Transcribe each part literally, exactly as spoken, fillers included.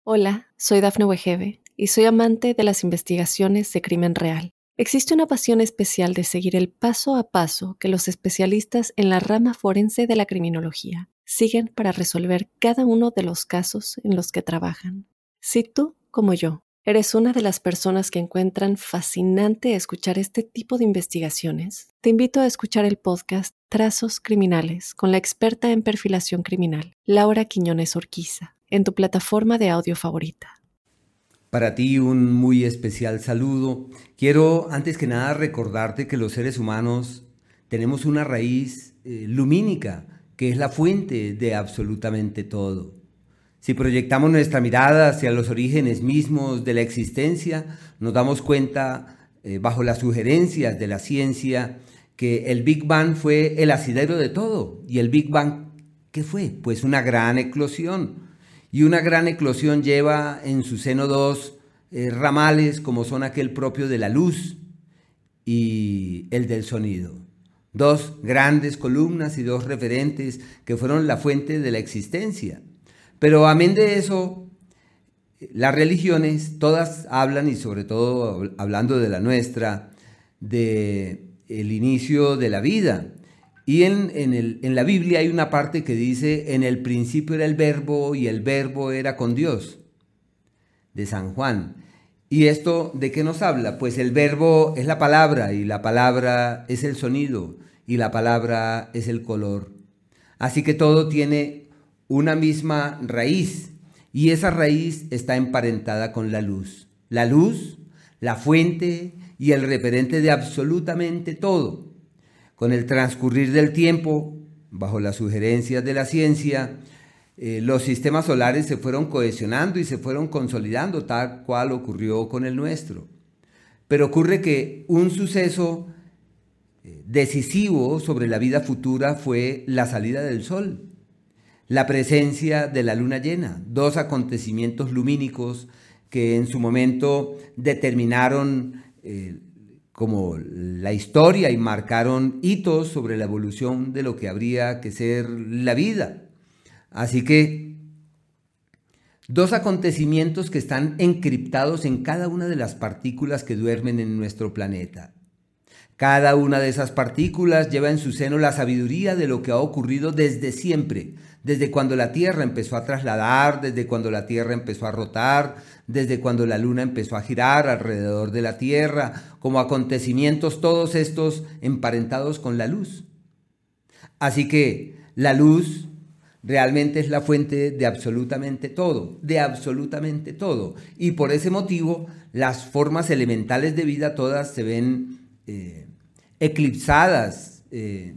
Hola, soy Dafne Wegebe y soy amante de las investigaciones de crimen real. Existe una pasión especial de seguir el paso a paso que los especialistas en la rama forense de la criminología siguen para resolver cada uno de los casos en los que trabajan. Si tú, como yo, eres una de las personas que encuentran fascinante escuchar este tipo de investigaciones, te invito a escuchar el podcast Trazos Criminales con la experta en perfilación criminal, Laura Quiñones Orquiza, en tu plataforma de audio favorita. Para ti un muy especial saludo. Quiero antes que nada recordarte que los seres humanos tenemos una raíz eh, lumínica, que es la fuente de absolutamente todo. Si proyectamos nuestra mirada hacia los orígenes mismos de la existencia, nos damos cuenta, eh, bajo las sugerencias de la ciencia, que el Big Bang fue el asidero de todo. ¿Y el Big Bang qué fue? Pues una gran eclosión. Y una gran eclosión lleva en su seno dos eh, ramales, como son aquel propio de la luz y el del sonido. Dos grandes columnas y dos referentes que fueron la fuente de la existencia. Pero amén de eso, las religiones todas hablan, y sobre todo hablando de la nuestra, de el inicio de la vida. Y en, en, el, en la Biblia hay una parte que dice: en el principio era el verbo y el verbo era con Dios, de San Juan. ¿Y esto de qué nos habla? Pues el verbo es la palabra, y la palabra es el sonido, y la palabra es el color. Así que todo tiene una misma raíz, y esa raíz está emparentada con la luz. La luz, la fuente y el referente de absolutamente todo. Con el transcurrir del tiempo, bajo las sugerencias de la ciencia, eh, los sistemas solares se fueron cohesionando y se fueron consolidando, tal cual ocurrió con el nuestro. Pero ocurre que un suceso eh, decisivo sobre la vida futura fue la salida del sol, la presencia de la luna llena, dos acontecimientos lumínicos que en su momento determinaron eh, como la historia y marcaron hitos sobre la evolución de lo que habría que ser la vida. Así que dos acontecimientos que están encriptados en cada una de las partículas que duermen en nuestro planeta. Cada una de esas partículas lleva en su seno la sabiduría de lo que ha ocurrido desde siempre, desde cuando la Tierra empezó a trasladar, desde cuando la Tierra empezó a rotar, desde cuando la Luna empezó a girar alrededor de la Tierra, como acontecimientos todos estos emparentados con la luz. Así que la luz realmente es la fuente de absolutamente todo, de absolutamente todo. Y por ese motivo las formas elementales de vida todas se ven eh, eclipsadas, eh,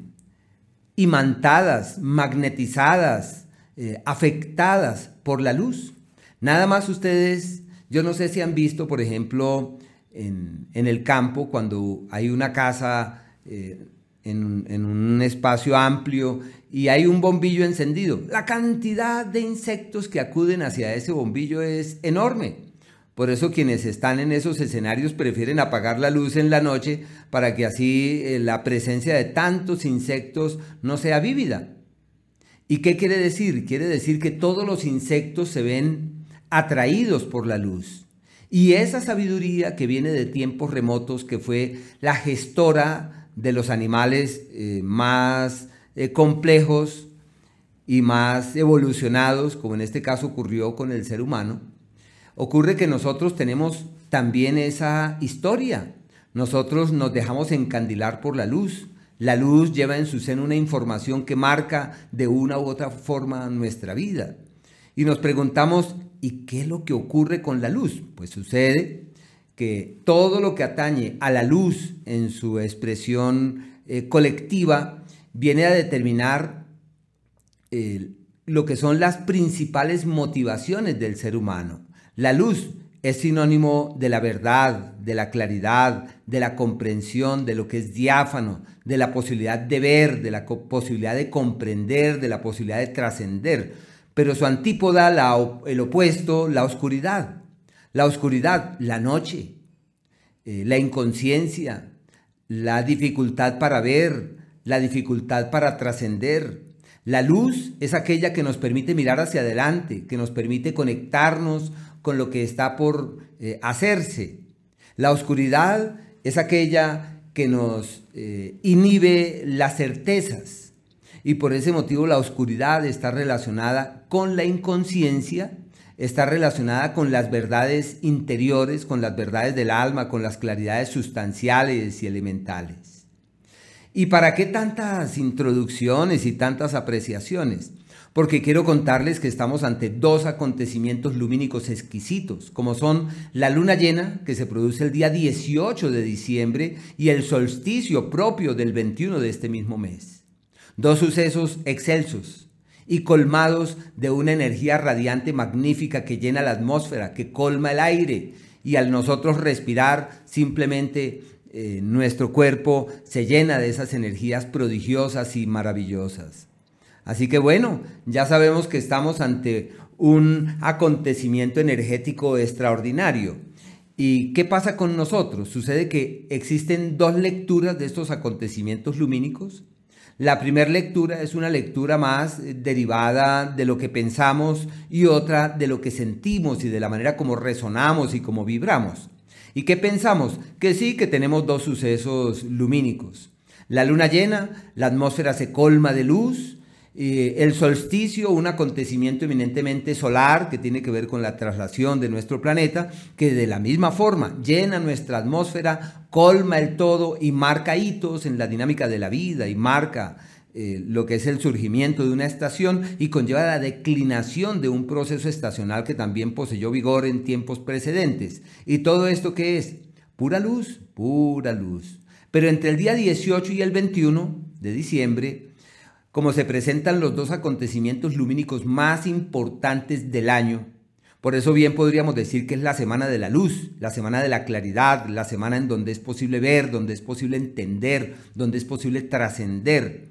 imantadas, magnetizadas, eh, afectadas por la luz. Nada más ustedes, yo no sé si han visto, por ejemplo, en, en el campo, cuando hay una casa eh, en, en un espacio amplio y hay un bombillo encendido, la cantidad de insectos que acuden hacia ese bombillo es enorme. Por eso quienes están en esos escenarios prefieren apagar la luz en la noche para que así eh, la presencia de tantos insectos no sea vívida. ¿Y qué quiere decir? Quiere decir que todos los insectos se ven atraídos por la luz. Y esa sabiduría que viene de tiempos remotos, que fue la gestora de los animales eh, más eh, complejos y más evolucionados, como en este caso ocurrió con el ser humano, ocurre que nosotros tenemos también esa historia. Nosotros nos dejamos encandilar por la luz. La luz lleva en su seno una información que marca de una u otra forma nuestra vida. Y nos preguntamos, ¿y qué es lo que ocurre con la luz? Pues sucede que todo lo que atañe a la luz en su expresión eh, colectiva viene a determinar eh, lo que son las principales motivaciones del ser humano. La luz es sinónimo de la verdad, de la claridad, de la comprensión, de lo que es diáfano, de la posibilidad de ver, de la posibilidad de comprender, de la posibilidad de trascender. Pero su antípoda, la, el opuesto, la oscuridad. La oscuridad, la noche, eh, la inconsciencia, la dificultad para ver, la dificultad para trascender, La luz es aquella que nos permite mirar hacia adelante, que nos permite conectarnos con lo que está por eh, hacerse. La oscuridad es aquella que nos eh, inhibe las certezas, y por ese motivo la oscuridad está relacionada con la inconsciencia, está relacionada con las verdades interiores, con las verdades del alma, con las claridades sustanciales y elementales. ¿Y para qué tantas introducciones y tantas apreciaciones? Porque quiero contarles que estamos ante dos acontecimientos lumínicos exquisitos, como son la luna llena, que se produce el día dieciocho de diciembre, y el solsticio propio del veintiuno de este mismo mes. Dos sucesos excelsos y colmados de una energía radiante magnífica que llena la atmósfera, que colma el aire, y al nosotros respirar simplemente eh, nuestro cuerpo se llena de esas energías prodigiosas y maravillosas. Así que bueno, ya sabemos que estamos ante un acontecimiento energético extraordinario. ¿Y qué pasa con nosotros? Sucede que existen dos lecturas de estos acontecimientos lumínicos. La primera lectura es una lectura más derivada de lo que pensamos y otra de lo que sentimos y de la manera como resonamos y como vibramos. ¿Y qué pensamos? Que sí, que tenemos dos sucesos lumínicos. La luna llena, la atmósfera se colma de luz. Eh, el solsticio, un acontecimiento eminentemente solar que tiene que ver con la traslación de nuestro planeta, que de la misma forma llena nuestra atmósfera, colma el todo y marca hitos en la dinámica de la vida y marca eh, lo que es el surgimiento de una estación y conlleva la declinación de un proceso estacional que también poseyó vigor en tiempos precedentes. ¿Y todo esto qué es? Pura luz, pura luz. Pero entre el día dieciocho y el veintiuno de diciembre, como se presentan los dos acontecimientos lumínicos más importantes del año, por eso bien podríamos decir que es la semana de la luz, la semana de la claridad, la semana en donde es posible ver, donde es posible entender, donde es posible trascender.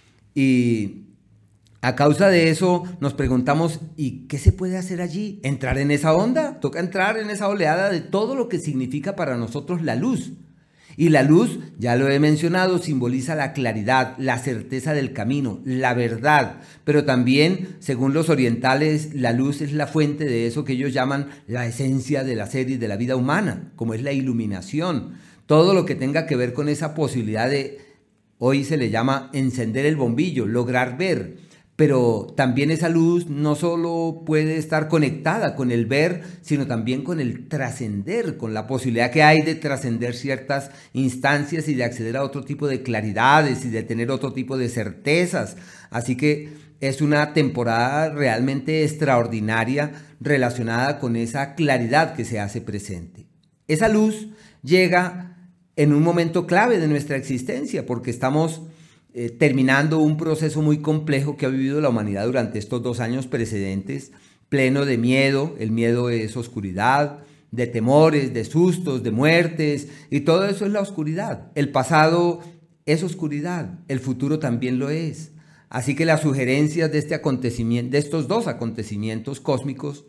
Y a causa de eso nos preguntamos, ¿y qué se puede hacer allí? ¿Entrar en esa onda? Toca entrar en esa oleada de todo lo que significa para nosotros la luz. Y la luz, ya lo he mencionado, simboliza la claridad, la certeza del camino, la verdad. Pero también, según los orientales, la luz es la fuente de eso que ellos llaman la esencia de la ser y de la vida humana, como es la iluminación. Todo lo que tenga que ver con esa posibilidad de, hoy se le llama encender el bombillo, lograr ver. Pero también esa luz no solo puede estar conectada con el ver, sino también con el trascender, con la posibilidad que hay de trascender ciertas instancias y de acceder a otro tipo de claridades y de tener otro tipo de certezas. Así que es una temporada realmente extraordinaria relacionada con esa claridad que se hace presente. Esa luz llega en un momento clave de nuestra existencia porque estamos Eh, terminando un proceso muy complejo que ha vivido la humanidad durante estos dos años precedentes, pleno de miedo. El miedo es oscuridad, de temores, de sustos, de muertes, y todo eso es la oscuridad. El pasado es oscuridad, el futuro también lo es. Así que las sugerencias de este acontecimiento, de estos dos acontecimientos cósmicos,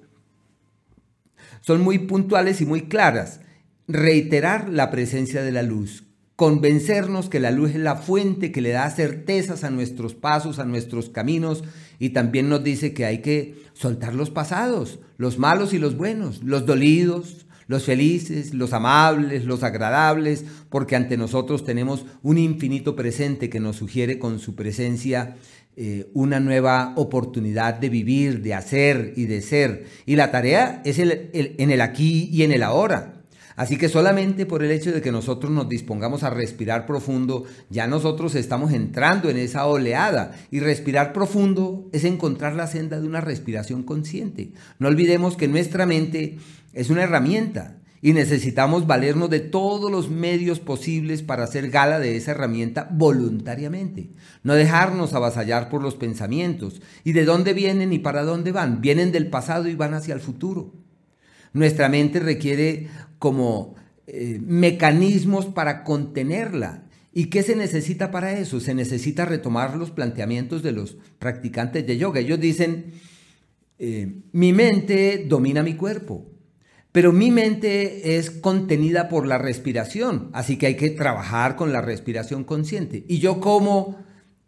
son muy puntuales y muy claras. Reiterar la presencia de la luz, convencernos que la luz es la fuente que le da certezas a nuestros pasos, a nuestros caminos, y también nos dice que hay que soltar los pasados, los malos y los buenos, los dolidos, los felices, los amables, los agradables, porque ante nosotros tenemos un infinito presente que nos sugiere con su presencia eh, una nueva oportunidad de vivir, de hacer y de ser. Y la tarea es el, el, en el aquí y en el ahora. Así que solamente por el hecho de que nosotros nos dispongamos a respirar profundo, ya nosotros estamos entrando en esa oleada. Y respirar profundo es encontrar la senda de una respiración consciente. No olvidemos que nuestra mente es una herramienta y necesitamos valernos de todos los medios posibles para hacer gala de esa herramienta voluntariamente. No dejarnos avasallar por los pensamientos. ¿Y de dónde vienen y para dónde van? Vienen del pasado y van hacia el futuro. Nuestra mente requiere como eh, mecanismos para contenerla. ¿Y qué se necesita para eso? Se necesita retomar los planteamientos de los practicantes de yoga. Ellos dicen, eh, mi mente domina mi cuerpo, pero mi mente es contenida por la respiración, así que hay que trabajar con la respiración consciente. ¿Y yo cómo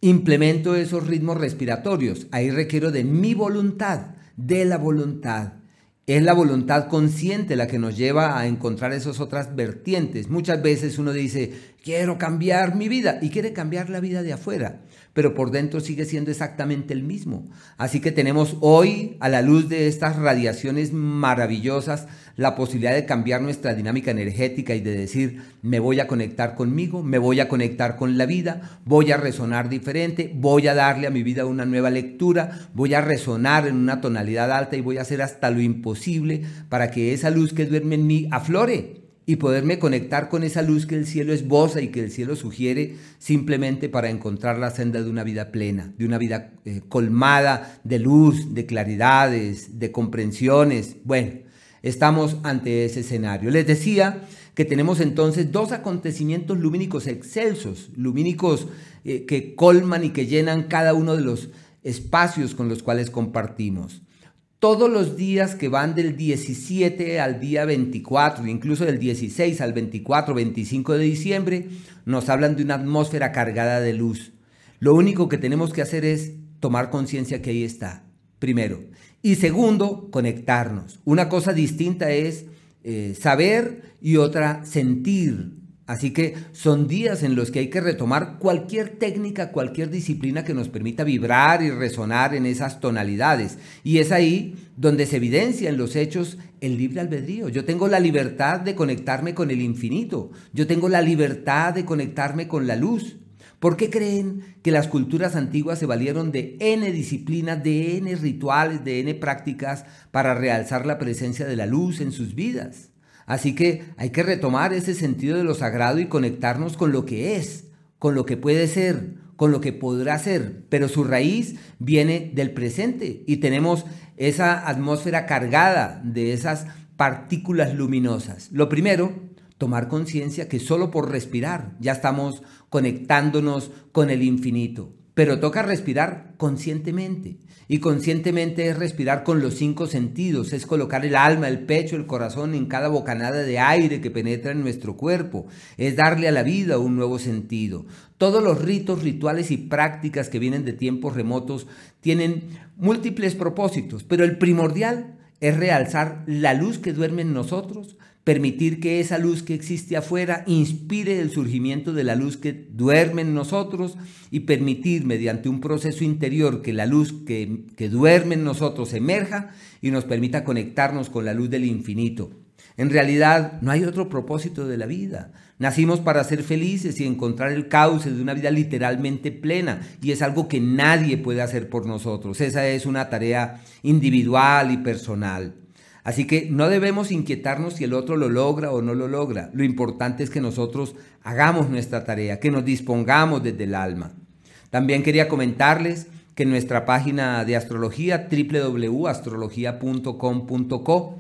implemento esos ritmos respiratorios. Ahí requiero de mi voluntad, de la voluntad. Es la voluntad consciente la que nos lleva a encontrar esas otras vertientes. Muchas veces uno dice, quiero cambiar mi vida y quiere cambiar la vida de afuera, pero por dentro sigue siendo exactamente el mismo. Así que tenemos hoy, a la luz de estas radiaciones maravillosas, la posibilidad de cambiar nuestra dinámica energética y de decir, me voy a conectar conmigo, me voy a conectar con la vida, voy a resonar diferente, voy a darle a mi vida una nueva lectura, voy a resonar en una tonalidad alta y voy a hacer hasta lo imposible para que esa luz que duerme en mí aflore y poderme conectar con esa luz que el cielo esboza y que el cielo sugiere simplemente para encontrar la senda de una vida plena, de una vida eh, colmada de luz, de claridades, de comprensiones. Bueno, estamos ante ese escenario. Les decía que tenemos entonces dos acontecimientos lumínicos excelsos, lumínicos eh, que colman y que llenan cada uno de los espacios con los cuales compartimos. Todos los días que van del diecisiete al día veinticuatro, incluso del dieciséis al veinticuatro, veinticinco de diciembre, nos hablan de una atmósfera cargada de luz. Lo único que tenemos que hacer es tomar conciencia que ahí está, primero. Y segundo, conectarnos. Una cosa distinta es eh, saber y otra sentir. Así que son días en los que hay que retomar cualquier técnica, cualquier disciplina que nos permita vibrar y resonar en esas tonalidades. Y es ahí donde se evidencia en los hechos el libre albedrío. Yo tengo la libertad de conectarme con el infinito. Yo tengo la libertad de conectarme con la luz. ¿Por qué creen que las culturas antiguas se valieron de N disciplinas, de N rituales, de N prácticas para realzar la presencia de la luz en sus vidas? Así que hay que retomar ese sentido de lo sagrado y conectarnos con lo que es, con lo que puede ser, con lo que podrá ser, pero su raíz viene del presente y tenemos esa atmósfera cargada de esas partículas luminosas. Lo primero, tomar conciencia que solo por respirar ya estamos conectándonos con el infinito. Pero toca respirar conscientemente. Y conscientemente es respirar con los cinco sentidos, es colocar el alma, el pecho, el corazón en cada bocanada de aire que penetra en nuestro cuerpo, es darle a la vida un nuevo sentido. Todos los ritos, rituales y prácticas que vienen de tiempos remotos tienen múltiples propósitos, pero el primordial es realzar la luz que duerme en nosotros, permitir que esa luz que existe afuera inspire el surgimiento de la luz que duerme en nosotros y permitir mediante un proceso interior que la luz que, que duerme en nosotros emerja y nos permita conectarnos con la luz del infinito. En realidad no hay otro propósito de la vida. Nacimos para ser felices y encontrar el cauce de una vida literalmente plena y es algo que nadie puede hacer por nosotros. Esa es una tarea individual y personal. Así que no debemos inquietarnos si el otro lo logra o no lo logra. Lo importante es que nosotros hagamos nuestra tarea, que nos dispongamos desde el alma. También quería comentarles que en nuestra página de astrología, doble u doble u doble u punto astrología punto com punto co,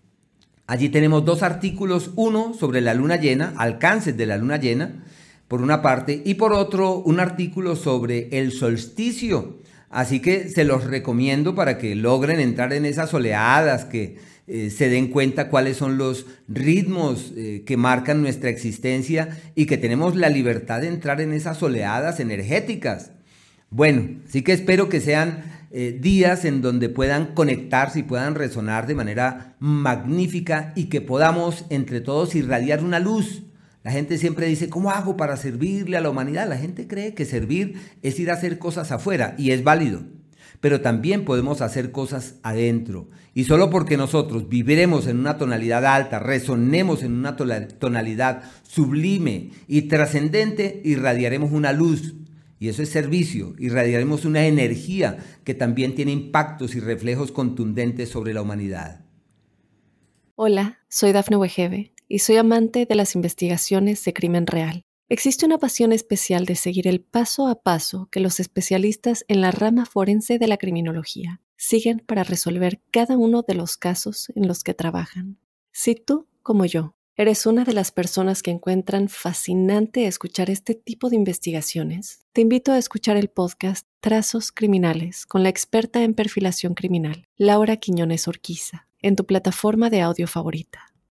allí tenemos dos artículos, uno sobre la luna llena, alcances de la luna llena, por una parte, y por otro, un artículo sobre el solsticio. Así que se los recomiendo para que logren entrar en esas oleadas, que eh, se den cuenta cuáles son los ritmos eh, que marcan nuestra existencia y que tenemos la libertad de entrar en esas oleadas energéticas. Bueno, sí que espero que sean eh, días en donde puedan conectarse y puedan resonar de manera magnífica y que podamos entre todos irradiar una luz. La gente siempre dice, ¿cómo hago para servirle a la humanidad? La gente cree que servir es ir a hacer cosas afuera y es válido. Pero también podemos hacer cosas adentro. Y solo porque nosotros viviremos en una tonalidad alta, resonemos en una tonalidad sublime y trascendente, irradiaremos una luz. Y eso es servicio. Irradiaremos una energía que también tiene impactos y reflejos contundentes sobre la humanidad. Hola, soy Dafne Wegebe y soy amante de las investigaciones de crimen real. Existe una pasión especial de seguir el paso a paso que los especialistas en la rama forense de la criminología siguen para resolver cada uno de los casos en los que trabajan. Si tú, como yo, eres una de las personas que encuentran fascinante escuchar este tipo de investigaciones, te invito a escuchar el podcast Trazos Criminales con la experta en perfilación criminal, Laura Quiñones Orquiza, en tu plataforma de audio favorita.